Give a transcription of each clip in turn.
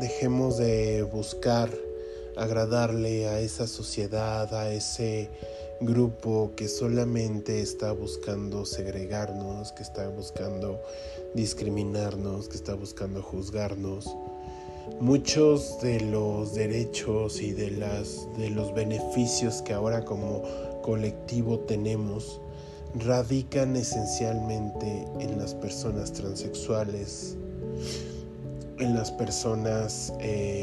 dejemos de buscar agradarle a esa sociedad, a ese grupo que solamente está buscando segregarnos, que está buscando discriminarnos, que está buscando juzgarnos. Muchos de los derechos y de los beneficios que ahora como colectivo tenemos radican esencialmente en las personas transexuales, en las personas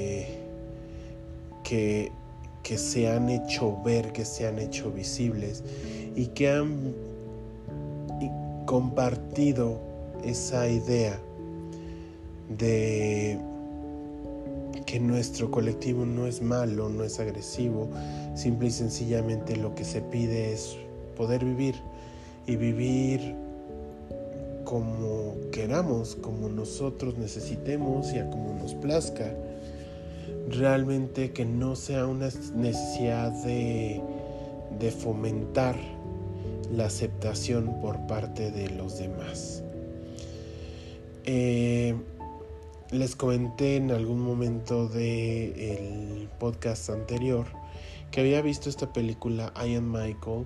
que se han hecho ver, que se han hecho visibles y que han compartido esa idea de que nuestro colectivo no es malo, no es agresivo, simple y sencillamente lo que se pide es poder vivir y vivir como queramos, como nosotros necesitemos y a como nos plazca. Realmente que no sea una necesidad de fomentar la aceptación por parte de los demás. Les comenté en algún momento del podcast anterior que había visto esta película I Am Michael.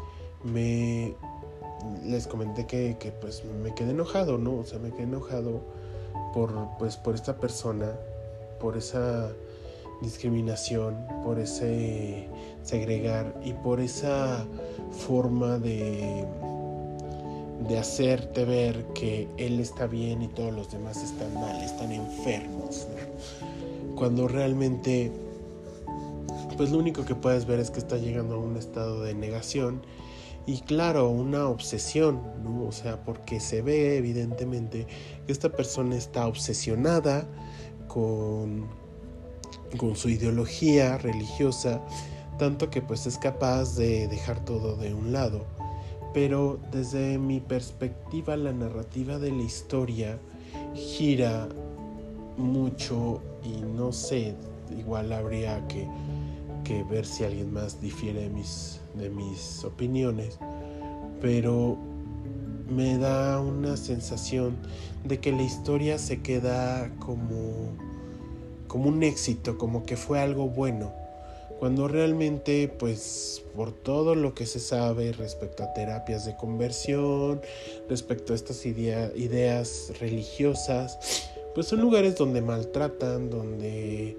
Les comenté que pues me quedé enojado, ¿no? O sea, me quedé enojado por esta persona, por esa discriminación, por ese segregar y por esa forma de hacerte ver que él está bien y todos los demás están mal, están enfermos, ¿no? Cuando realmente pues lo único que puedes ver es que está llegando a un estado de negación y claro, una obsesión, ¿no? O sea, porque se ve evidentemente que esta persona está obsesionada con su ideología religiosa, tanto que pues es capaz de dejar todo de un lado. Pero desde mi perspectiva, la narrativa de la historia gira mucho y no sé, igual habría que ver si alguien más difiere de mis opiniones, pero me da una sensación de que la historia se queda como un éxito, como que fue algo bueno, cuando realmente pues por todo lo que se sabe respecto a terapias de conversión, respecto a estas ideas religiosas, pues son lugares donde maltratan, donde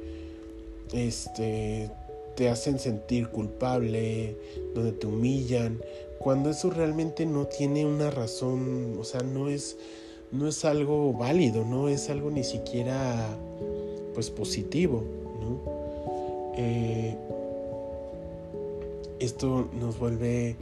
te hacen sentir culpable, donde te humillan, cuando eso realmente no tiene una razón, o sea, no es algo válido, no es algo ni siquiera pues positivo, ¿no? Esto nos vuelve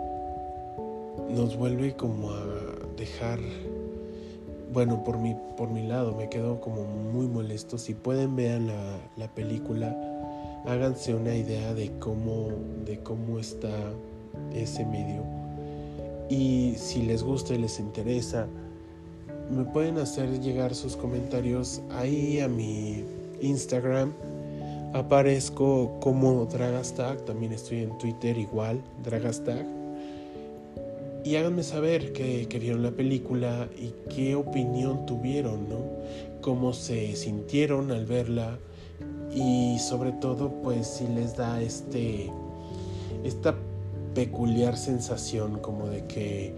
como a dejar, bueno, por mi lado me quedo como muy molesto. Si pueden ver la película, háganse una idea de cómo está ese medio, y si les gusta y les interesa, me pueden hacer llegar sus comentarios ahí a mi Instagram. Aparezco como Dragastag, también estoy en Twitter igual, Dragastag. Y háganme saber que vieron la película y qué opinión tuvieron, ¿no? Cómo se sintieron al verla y sobre todo pues si les da esta peculiar sensación como de que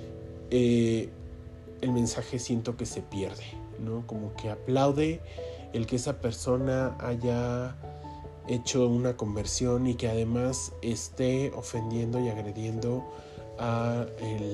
el mensaje siento que se pierde, ¿no? Como que aplaude el que esa persona haya hecho una conversión y que además esté ofendiendo y agrediendo a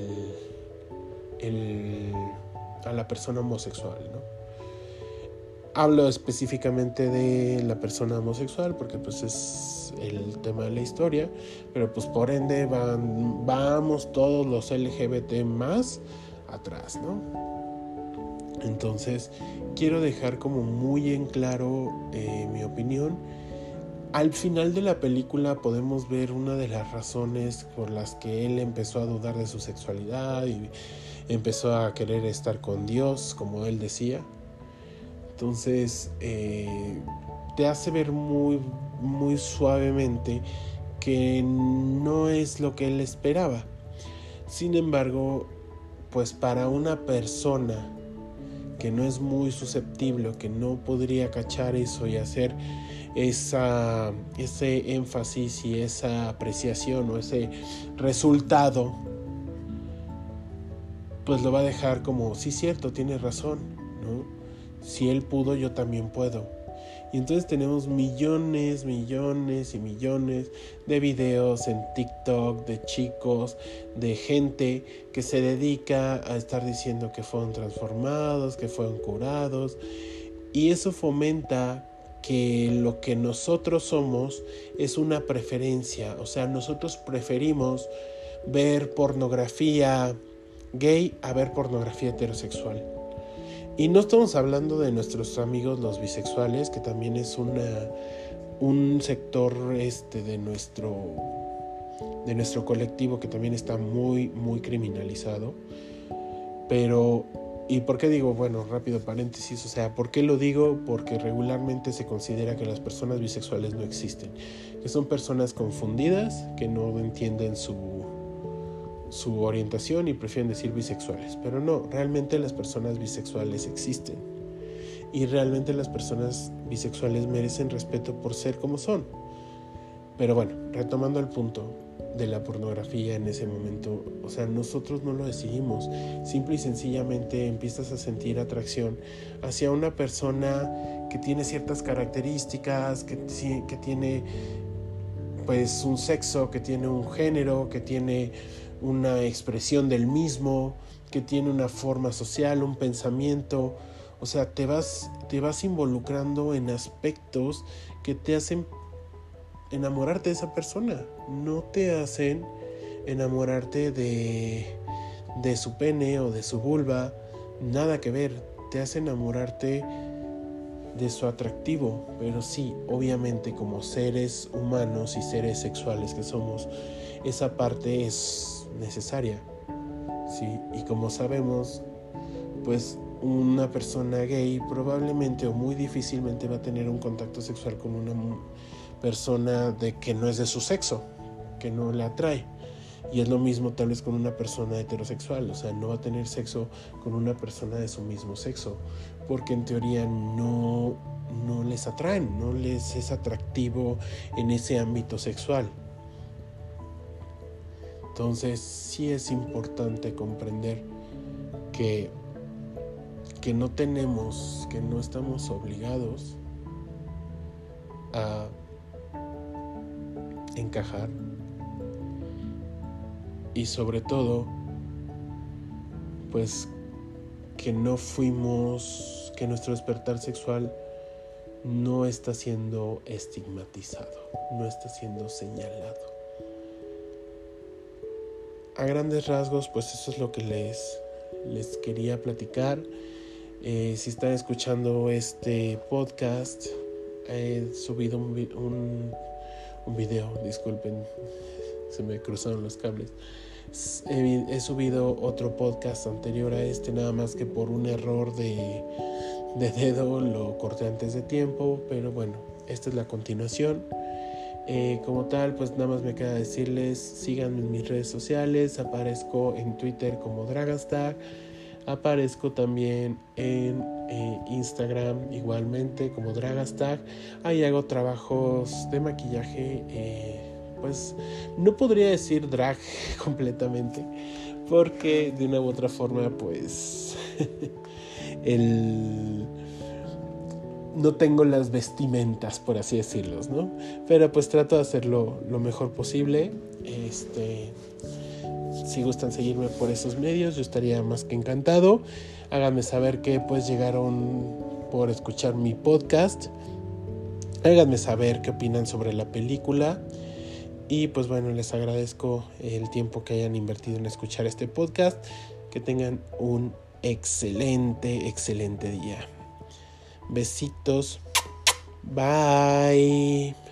la persona homosexual, ¿no? Hablo específicamente de la persona homosexual porque pues es el tema de la historia, pero pues por ende vamos todos los LGBT más atrás, ¿no? Entonces quiero dejar como muy en claro mi opinión. Al final de la película podemos ver una de las razones por las que él empezó a dudar de su sexualidad y empezó a querer estar con Dios, como él decía. Entonces te hace ver muy, muy suavemente que no es lo que él esperaba. Sin embargo, pues para una persona que no es muy susceptible, que no podría cachar eso y hacer ese énfasis y esa apreciación o ese resultado, pues lo va a dejar como, sí, cierto, tiene razón, ¿no? Si él pudo, yo también puedo. Y entonces tenemos millones y millones de videos en TikTok de chicos, de gente que se dedica a estar diciendo que fueron transformados, que fueron curados. Y eso fomenta que lo que nosotros somos es una preferencia. O sea, nosotros preferimos ver pornografía gay a ver pornografía heterosexual. Y no estamos hablando de nuestros amigos los bisexuales, que también es un sector de nuestro colectivo que también está muy, muy criminalizado. Pero, ¿y por qué digo? Bueno, rápido paréntesis, o sea, ¿por qué lo digo? Porque regularmente se considera que las personas bisexuales no existen, que son personas confundidas, que no entienden su orientación y prefieren decir bisexuales. Pero no, realmente las personas bisexuales existen y realmente las personas bisexuales merecen respeto por ser como son. Pero bueno, retomando el punto de la pornografía en ese momento, o sea, nosotros no lo decidimos, simple y sencillamente empiezas a sentir atracción hacia una persona que tiene ciertas características, que tiene pues un sexo, que tiene un género, que tiene una expresión del mismo, que tiene una forma social, un pensamiento. O sea, te vas involucrando en aspectos que te hacen enamorarte de esa persona. No te hacen enamorarte de su pene o de su vulva. Nada que ver. Te hace enamorarte de su atractivo. Pero sí, obviamente como seres humanos y seres sexuales que somos, esa parte es necesaria, ¿sí? Y como sabemos, pues una persona gay probablemente o muy difícilmente va a tener un contacto sexual con una persona que no es de su sexo, que no le atrae. Y es lo mismo tal vez con una persona heterosexual, o sea, no va a tener sexo con una persona de su mismo sexo, porque en teoría no les atraen, no les es atractivo en ese ámbito sexual. Entonces sí es importante comprender que no tenemos, que no estamos obligados a encajar, y sobre todo pues que que nuestro despertar sexual no está siendo estigmatizado, no está siendo señalado. A grandes rasgos, pues eso es lo que les quería platicar. Si están escuchando este podcast, he subido un video, disculpen, se me cruzaron los cables. He subido otro podcast anterior a este, nada más que por un error de dedo lo corté antes de tiempo, pero bueno, esta es la continuación. Como tal, pues nada más me queda decirles, síganme en mis redes sociales. Aparezco en Twitter como Dragastag, aparezco también en Instagram igualmente como Dragastag. Ahí hago trabajos de maquillaje, pues no podría decir drag completamente, porque de una u otra forma pues no tengo las vestimentas, por así decirlos, ¿no? Pero pues trato de hacerlo lo mejor posible. Si gustan seguirme por esos medios, yo estaría más que encantado. Háganme saber que pues llegaron por escuchar mi podcast. Háganme saber qué opinan sobre la película. Y pues bueno, les agradezco el tiempo que hayan invertido en escuchar este podcast. Que tengan un excelente día. Besitos. Bye.